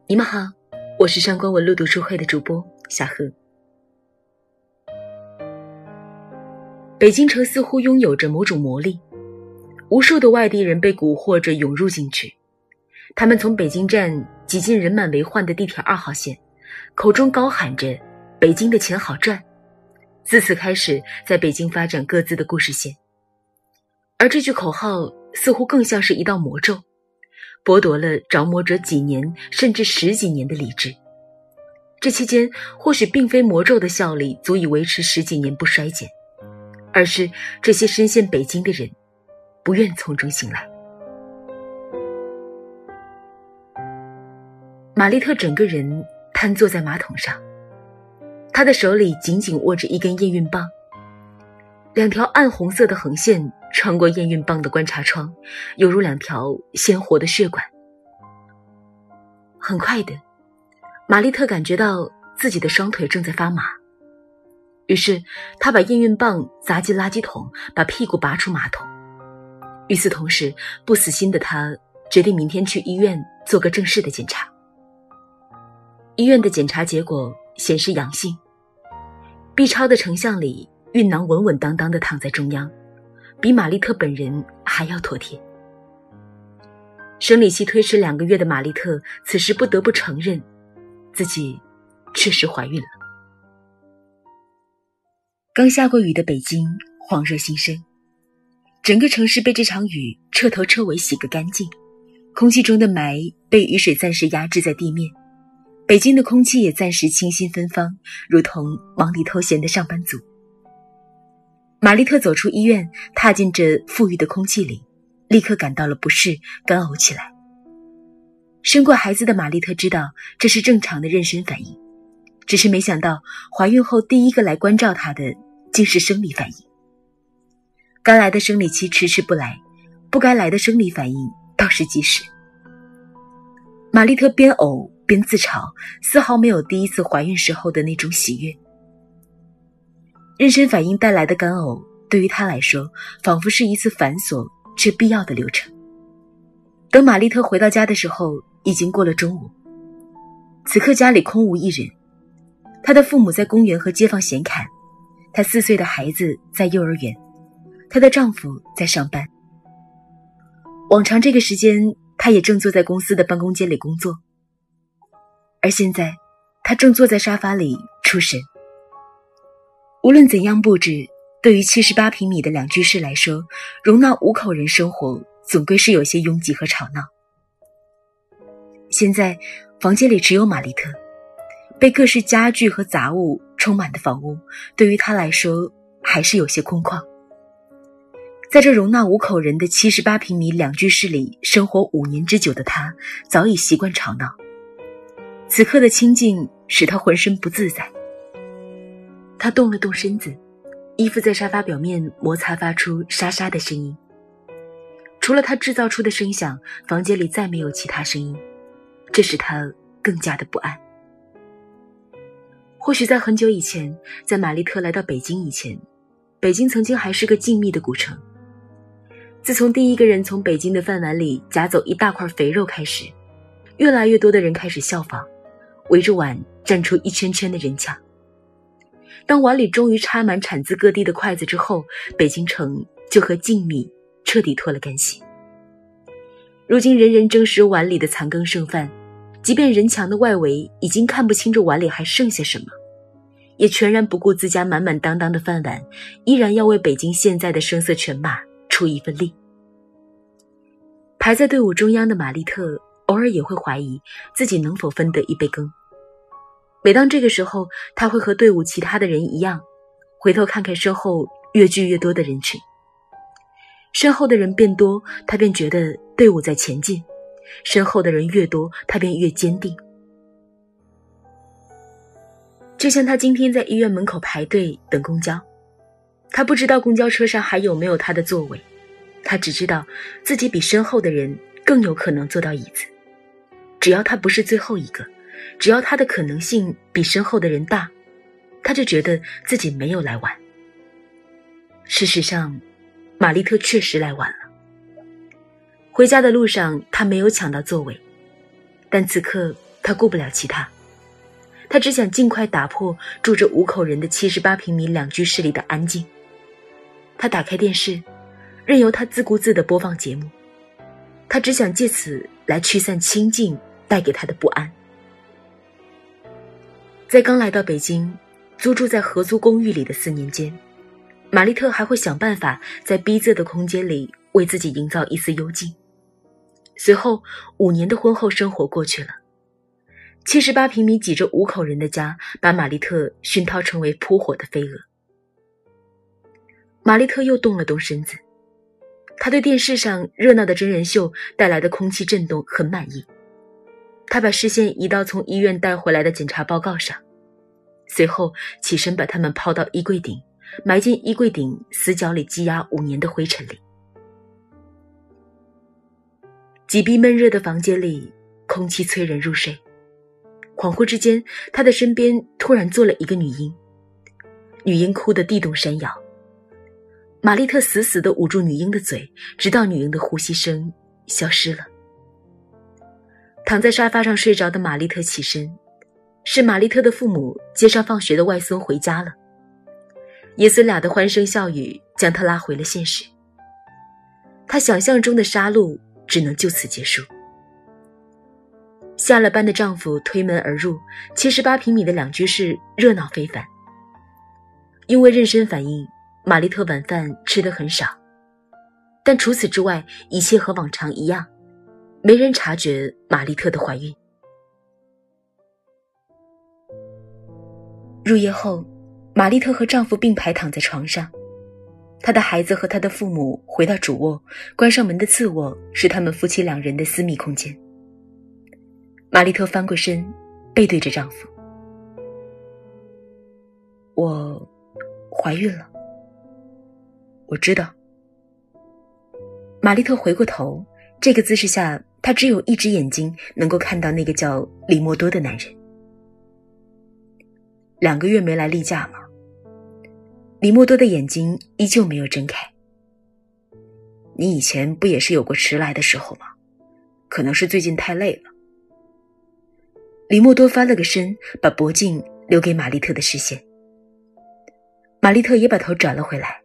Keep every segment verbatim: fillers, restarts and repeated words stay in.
你们好，我是上官文露读书会的主播小何。北京城似乎拥有着某种魔力，无数的外地人被蛊惑着涌入进去。他们从北京站挤进人满为患的地铁二号线，口中高喊着北京的钱好赚，自此开始在北京发展各自的故事线。而这句口号似乎更像是一道魔咒，剥夺了着魔者几年甚至十几年的理智。这期间或许并非魔咒的效力足以维持十几年不衰减，而是这些深陷北京的人不愿从中醒来。玛丽特整个人瘫坐在马桶上，她的手里紧紧握着一根验孕棒，两条暗红色的横线穿过验孕棒的观察窗，犹如两条鲜活的血管。很快的，玛丽特感觉到自己的双腿正在发麻，于是她把验孕棒砸进垃圾桶，把屁股拔出马桶。与此同时，不死心的她决定明天去医院做个正式的检查。医院的检查结果显示阳性， B 超的成像里孕囊稳稳当当地躺在中央，比玛丽特本人还要妥帖。生理期推迟两个月的玛丽特此时不得不承认自己确实怀孕了。刚下过雨的北京黄热新生，整个城市被这场雨彻头彻尾洗个干净，空气中的霾被雨水暂时压制在地面，北京的空气也暂时清新芬芳，如同忙里偷闲的上班族。玛丽特走出医院，踏进这馥郁的空气里，立刻感到了不适，干呕起来。生过孩子的玛丽特知道这是正常的妊娠反应，只是没想到怀孕后第一个来关照她的竟是生理反应。该来的生理期迟迟不来，不该来的生理反应倒是及时。玛丽特边呕边自嘲，丝毫没有第一次怀孕时候的那种喜悦。妊娠反应带来的干呕对于她来说仿佛是一次繁琐却必要的流程。等玛丽特回到家的时候已经过了中午，此刻家里空无一人，她的父母在公园和街坊闲侃，她四岁的孩子在幼儿园，她的丈夫在上班。往常这个时间她也正坐在公司的办公间里工作，而现在她正坐在沙发里出神。无论怎样布置，对于七十八平米的两居室来说，容纳五口人生活总归是有些拥挤和吵闹。现在房间里只有玛丽特，被各式家具和杂物充满的房屋对于她来说还是有些空旷。在这容纳五口人的七十八平米两居室里生活五年之久的她早已习惯吵闹，此刻的清静使她浑身不自在。她动了动身子，衣服在沙发表面摩擦发出沙沙的声音。除了她制造出的声响，房间里再没有其他声音，这使她更加的不安。或许在很久以前，在玛丽特来到北京以前，北京曾经还是个静谧的古城。自从第一个人从北京的饭碗里夹走一大块肥肉开始，越来越多的人开始效仿，围着碗站出一圈圈的人墙。当碗里终于插满产自各地的筷子之后，北京城就和静谧彻底脱了干系。如今人人争食碗里的残羹剩饭，即便人墙的外围已经看不清这碗里还剩下什么，也全然不顾自家满满当当的饭碗，依然要为北京现在的声色犬马出一份力。排在队伍中央的玛丽特偶尔也会怀疑自己能否分得一杯羹。每当这个时候，他会和队伍其他的人一样，回头看看身后越聚越多的人群。身后的人变多，他便觉得队伍在前进；身后的人越多，他便越坚定。就像他今天在医院门口排队等公交，他不知道公交车上还有没有他的座位，他只知道自己比身后的人更有可能坐到椅子。只要他不是最后一个，只要他的可能性比身后的人大，他就觉得自己没有来晚。事实上，玛丽特确实来晚了。回家的路上，他没有抢到座位，但此刻她顾不了其他，她只想尽快打破住着五口人的七十八平米两居室里的安静。她打开电视，任由它自顾自地播放节目，她只想借此来驱散清静带给她的不安。在刚来到北京租住在合租公寓里的四年间，玛丽特还会想办法在逼仄的空间里为自己营造一丝幽静。随后五年的婚后生活过去了，七十八平米挤着五口人的家把玛丽特熏陶成为扑火的飞蛾。玛丽特又动了动身子，她对电视上热闹的真人秀带来的空气震动很满意。她把视线移到从医院带回来的检查报告上，随后起身把它们抛到衣柜顶，埋进衣柜顶死角里积压五年的灰尘里。挤逼闷热的房间里，空气催人入睡。恍惚之间，他的身边突然坐了一个女婴，女婴哭得地动山摇。玛丽特死死地捂住女婴的嘴，直到女婴的呼吸声消失了。躺在沙发上睡着的玛丽特起身，是玛丽特的父母接上放学的外孙回家了。爷孙俩的欢声笑语将她拉回了现实。她想象中的杀戮只能就此结束。下了班的丈夫推门而入，七十八平米的两居室热闹非凡。因为妊娠反应，玛丽特晚饭吃得很少，但除此之外，一切和往常一样，没人察觉玛丽特的怀孕。入夜后，玛丽特和丈夫并排躺在床上，她的孩子和她的父母回到主卧，关上门的次卧是他们夫妻两人的私密空间。玛丽特翻过身，背对着丈夫。我怀孕了。我知道。玛丽特回过头，这个姿势下，她只有一只眼睛能够看到那个叫李默多的男人。两个月没来例假吗？李默多的眼睛依旧没有睁开。你以前不也是有过迟来的时候吗？可能是最近太累了。李默多翻了个身，把脖颈留给玛丽特的视线。玛丽特也把头转了回来。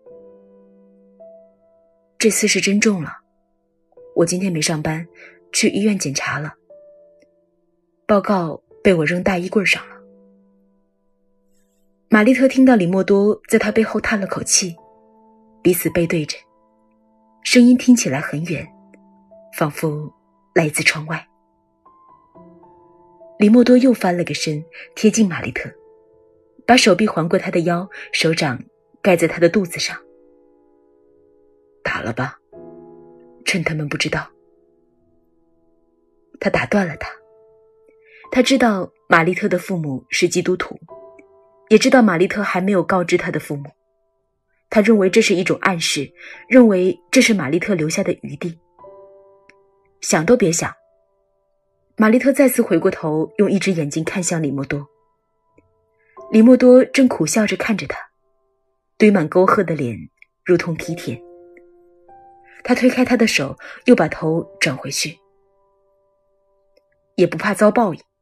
这次是真重了，我今天没上班，去医院检查了，报告被我扔大衣柜上了。玛丽特听到李默多在她背后叹了口气，彼此背对着，声音听起来很远，仿佛来自窗外。李默多又翻了个身，贴近玛丽特，把手臂环过她的腰，手掌盖在她的肚子上。打了吧，趁他们不知道。他打断了她。他知道玛丽特的父母是基督徒，也知道玛丽特还没有告知他的父母。他认为这是一种暗示，认为这是玛丽特留下的余地。想都别想。玛丽特再次回过头，用一只眼睛看向李默多。李默多正苦笑着看着他，堆满沟壑的脸如同梯田。他推开他的手，又把头转回去。也不怕遭报应。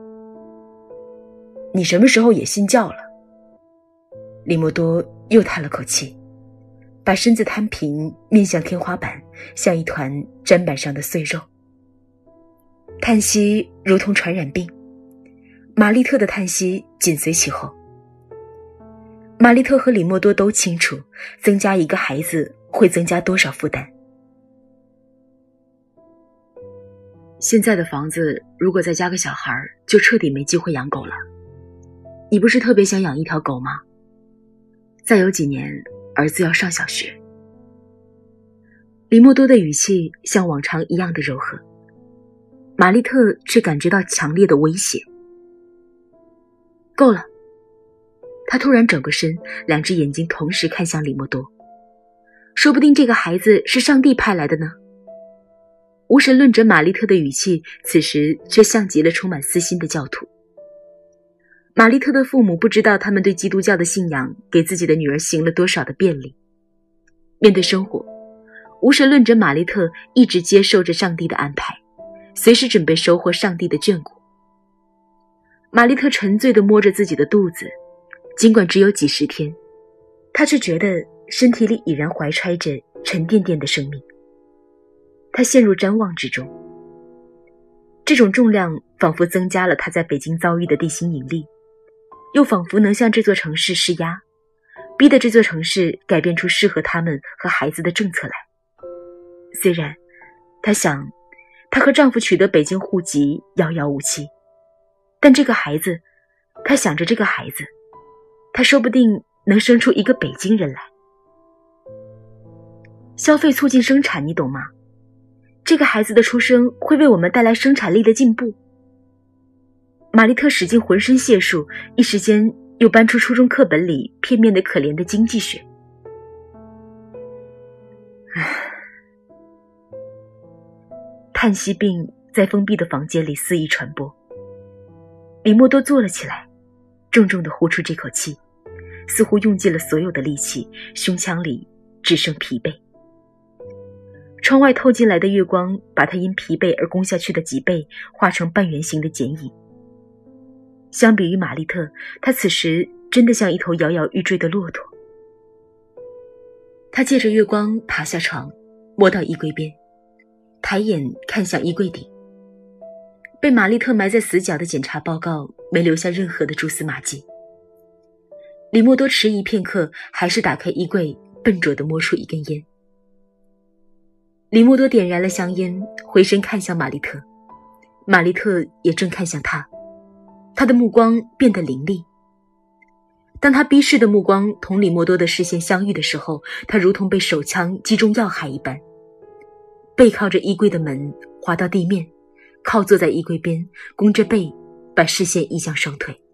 你什么时候也信教了？李默多又叹了口气，把身子摊平，面向天花板，像一团砧板上的碎肉。叹息如同传染病，玛丽特的叹息紧随其后。玛丽特和李默多都清楚，增加一个孩子会增加多少负担。现在的房子如果再加个小孩，就彻底没机会养狗了。你不是特别想养一条狗吗？再有几年，儿子要上小学。李默多的语气像往常一样的柔和，玛丽特却感觉到强烈的威胁。够了。他突然转过身，两只眼睛同时看向李默多。说不定这个孩子是上帝派来的呢。无神论者玛丽特的语气此时却像极了充满私心的教徒。玛丽特的父母不知道他们对基督教的信仰给自己的女儿行了多少的便利。面对生活，无神论者玛丽特一直接受着上帝的安排，随时准备收获上帝的眷顾。 玛丽特沉醉地摸着自己的肚子，尽管只有几十天，她却觉得身体里已然怀揣着沉甸甸的生命。她陷入瞻望之中，这种重量仿佛增加了她在北京遭遇的地心引力，又仿佛能向这座城市施压，逼得这座城市改变出适合他们和孩子的政策来。虽然她想她和丈夫取得北京户籍遥遥无期，但这个孩子，她想着这个孩子，他说不定能生出一个北京人来。消费促进生产，你懂吗？这个孩子的出生会为我们带来生产力的进步。玛丽特使尽浑身解数，一时间又搬出初中课本里片面的可怜的经济学。叹息病在封闭的房间里肆意传播。李默多坐了起来，重重地呼出这口气，似乎用尽了所有的力气，胸腔里只剩疲惫。窗外透进来的月光把他因疲惫而弓下去的脊背画成半圆形的剪影。相比于玛丽特，他此时真的像一头摇摇欲坠的骆驼。他借着月光爬下床，摸到衣柜边，抬眼看向衣柜顶。被玛丽特埋在死角的检查报告没留下任何的蛛丝马迹。李默多迟疑片刻，还是打开衣柜，笨拙地摸出一根烟。李默多点燃了香烟，回身看向玛丽特，玛丽特也正看向他，他的目光变得凌厉。当他逼视的目光同李默多的视线相遇的时候，他如同被手枪击中要害一般，背靠着衣柜的门滑到地面，靠坐在衣柜边，弓着背，把视线移向双腿。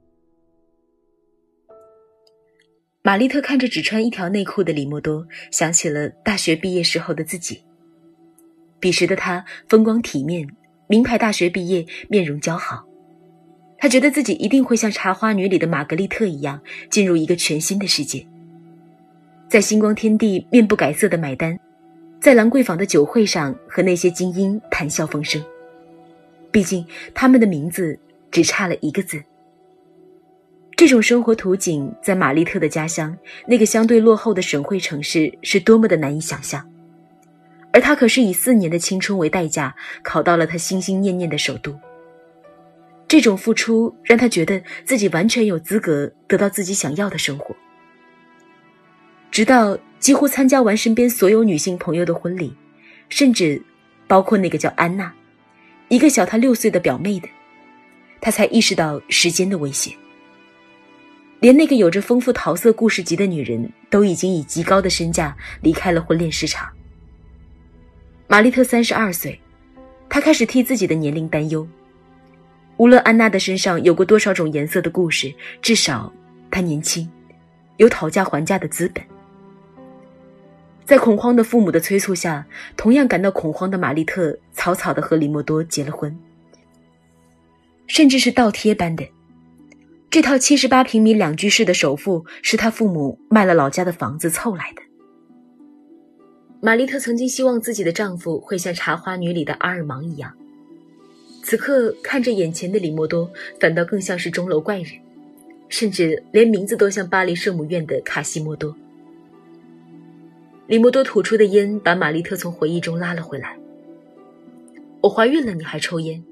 玛丽特看着只穿一条内裤的李默多，想起了大学毕业时候的自己。彼时的他风光体面，名牌大学毕业，面容姣好。他觉得自己一定会像《茶花女》里的玛格丽特一样，进入一个全新的世界。在星光天地面不改色的买单，在兰桂坊的酒会上和那些精英谈笑风生。毕竟他们的名字只差了一个字。这种生活图景在玛丽特的家乡，那个相对落后的省会城市，是多么的难以想象。而他可是以四年的青春为代价，考到了他心心念念的首都。这种付出让他觉得自己完全有资格得到自己想要的生活。直到几乎参加完身边所有女性朋友的婚礼，甚至包括那个叫安娜，一个小他六岁的表妹的，他才意识到时间的威胁。连那个有着丰富桃色故事集的女人都已经以极高的身价离开了婚恋市场。玛丽特三十二岁，她开始替自己的年龄担忧。无论安娜的身上有过多少种颜色的故事，至少她年轻，有讨价还价的资本。在恐慌的父母的催促下，同样感到恐慌的玛丽特草草地和李默多结了婚，甚至是倒贴般的。这套七十八平米两居室的首付是他父母卖了老家的房子凑来的。玛丽特曾经希望自己的丈夫会像《茶花女》里的阿尔芒一样，此刻看着眼前的李默多，反倒更像是钟楼怪人，甚至连名字都像巴黎圣母院的卡西莫多。李默多吐出的烟把玛丽特从回忆中拉了回来。我怀孕了，你还抽烟？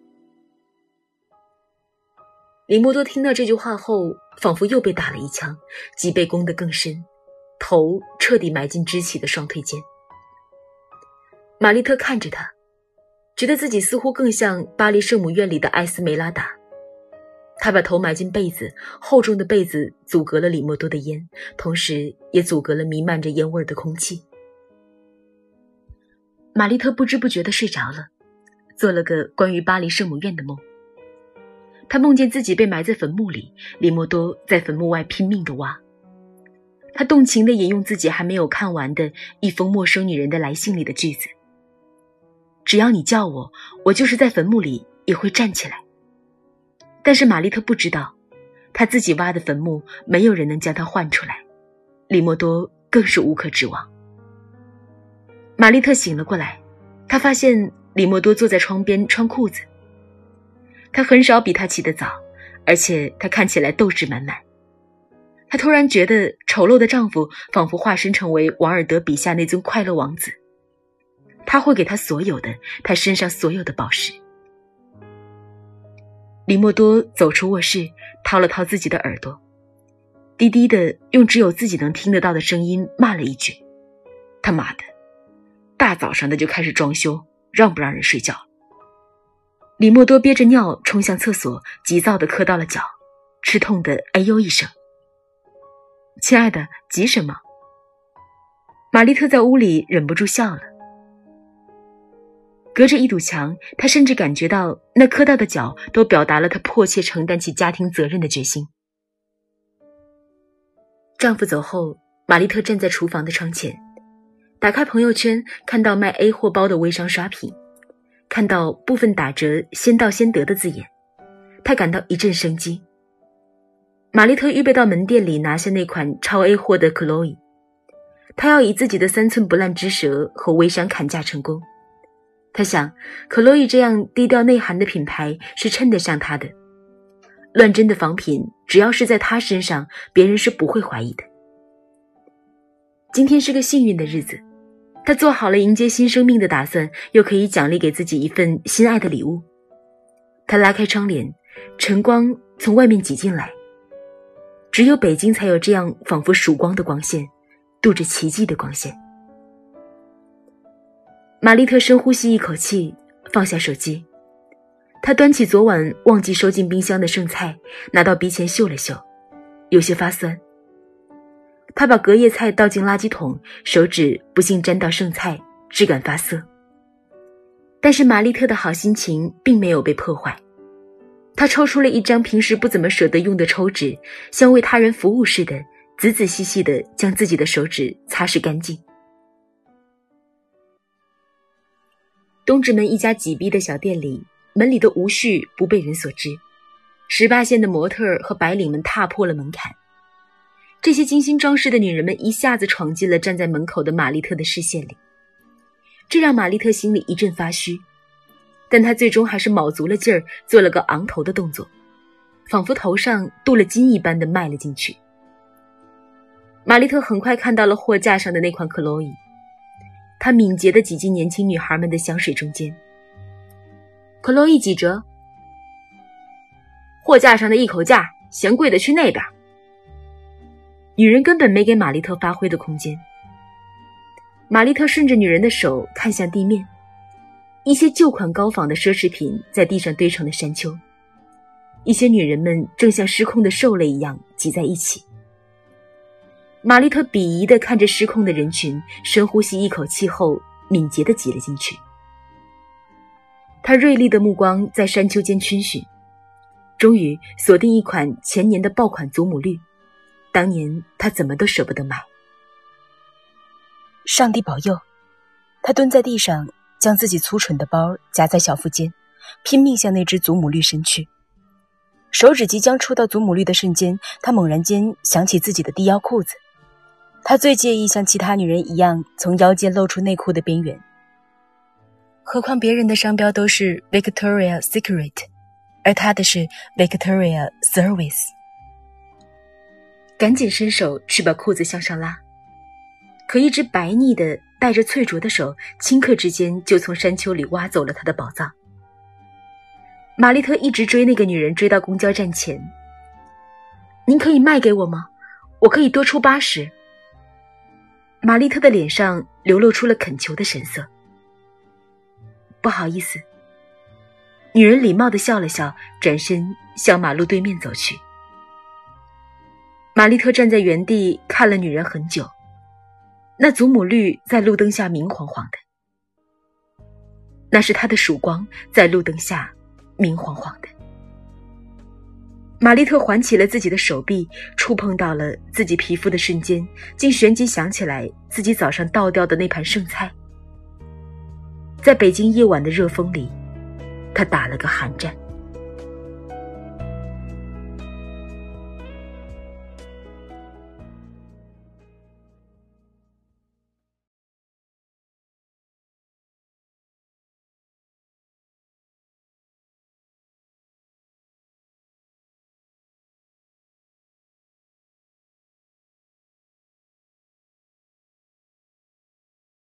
李默多听到这句话后，仿佛又被打了一枪，脊背弓得更深，头彻底埋进支起的双腿间。玛丽特看着他，觉得自己似乎更像巴黎圣母院里的艾斯梅拉达。他把头埋进被子，厚重的被子阻隔了李默多的烟，同时也阻隔了弥漫着烟味的空气。玛丽特不知不觉地睡着了，做了个关于巴黎圣母院的梦。她梦见自己被埋在坟墓里，李默多在坟墓外拼命地挖。她动情地引用自己还没有看完的一封陌生女人的来信里的句子：只要你叫我，我就是在坟墓里也会站起来。但是玛丽特不知道，她自己挖的坟墓没有人能将她唤出来，李默多更是无可指望。玛丽特醒了过来，她发现李默多坐在窗边穿裤子。他很少比他起得早， 而且她看起来斗志满满。她突然觉得丑陋的丈夫仿佛化身成为王尔德笔下那尊快乐王子，他会给她所有的，他身上所有的宝石。李默多走出卧室，掏了掏自己的耳朵，低低的用只有自己能听得到的声音骂了一句：他妈的，大早上的就开始装修，让不让人睡觉？李默多憋着尿冲向厕所，急躁地磕到了脚，吃痛的哎呦一声。亲爱的，急什么？玛丽特在屋里忍不住笑了。隔着一堵墙，她甚至感觉到那磕到的脚都表达了她迫切承担起家庭责任的决心。丈夫走后，玛丽特站在厨房的窗前，打开朋友圈，看到卖 A 货包的微商刷屏，看到部分打折先到先得的字眼，她感到一阵生机。玛丽特预备到门店里拿下那款超 A 货的 Chloe， 她要以自己的三寸不烂之舌和微商砍价成功。她想 Chloe 这样低调内涵的品牌是称得上她的，乱真的仿品只要是在她身上，别人是不会怀疑的。今天是个幸运的日子，她做好了迎接新生命的打算，又可以奖励给自己一份心爱的礼物。她拉开窗帘，晨光从外面挤进来，只有北京才有这样仿佛曙光的光线，镀着奇迹的光线。玛丽特深呼吸一口气，放下手机。她端起昨晚忘记收进冰箱的剩菜，拿到鼻前嗅了嗅，有些发酸。她把隔夜菜倒进垃圾桶，手指不幸沾到剩菜，质感发涩。但是玛丽特的好心情并没有被破坏。她抽出了一张平时不怎么舍得用的抽纸，像为他人服务似的，仔仔细细地将自己的手指擦拭干净。东直门一家挤逼的小店里，门里的无序不被人所知，十八线的模特和白领们踏破了门槛。这些精心装饰的女人们一下子闯进了站在门口的玛丽特的视线里，这让玛丽特心里一阵发虚，但她最终还是卯足了劲儿，做了个昂头的动作，仿佛头上镀了金一般的迈了进去。玛丽特很快看到了货架上的那款克洛伊，她敏捷地挤进年轻女孩们的香水中间。克洛伊几折？货架上的一口价，嫌贵的去那边。女人根本没给玛丽特发挥的空间。玛丽特顺着女人的手看向地面，一些旧款高仿的奢侈品在地上堆成了山丘，一些女人们正像失控的兽类一样挤在一起。玛丽特鄙夷地看着失控的人群，深呼吸一口气后敏捷地挤了进去。她锐利的目光在山丘间逡巡，终于锁定一款前年的爆款祖母绿，当年她怎么都舍不得买。 上帝保佑！她蹲在地上，将自己粗蠢的包夹在小腹间，拼命向那只祖母绿伸去。手指即将触到祖母绿的瞬间，她猛然间想起自己的低腰裤子。她最介意像其他女人一样从腰间露出内裤的边缘，何况别人的商标都是 Victoria's Secret， 而她的是 Victoria's Service。 赶紧伸手去把裤子向上拉，可一只白腻的带着脆拙的手顷刻之间就从山丘里挖走了她的宝藏。玛丽特一直追那个女人，追到公交站前。您可以卖给我吗？我可以多出八十。玛丽特的脸上流露出了恳求的神色。不好意思。女人礼貌地笑了笑，转身向马路对面走去。玛丽特站在原地看了女人很久，那祖母绿在路灯下明晃晃的，那是她的曙光在路灯下明晃晃的。玛丽特环起了自己的手臂，触碰到了自己皮肤的瞬间，竟旋即想起来自己早上倒掉的那盘剩菜。在北京夜晚的热风里，她打了个寒战。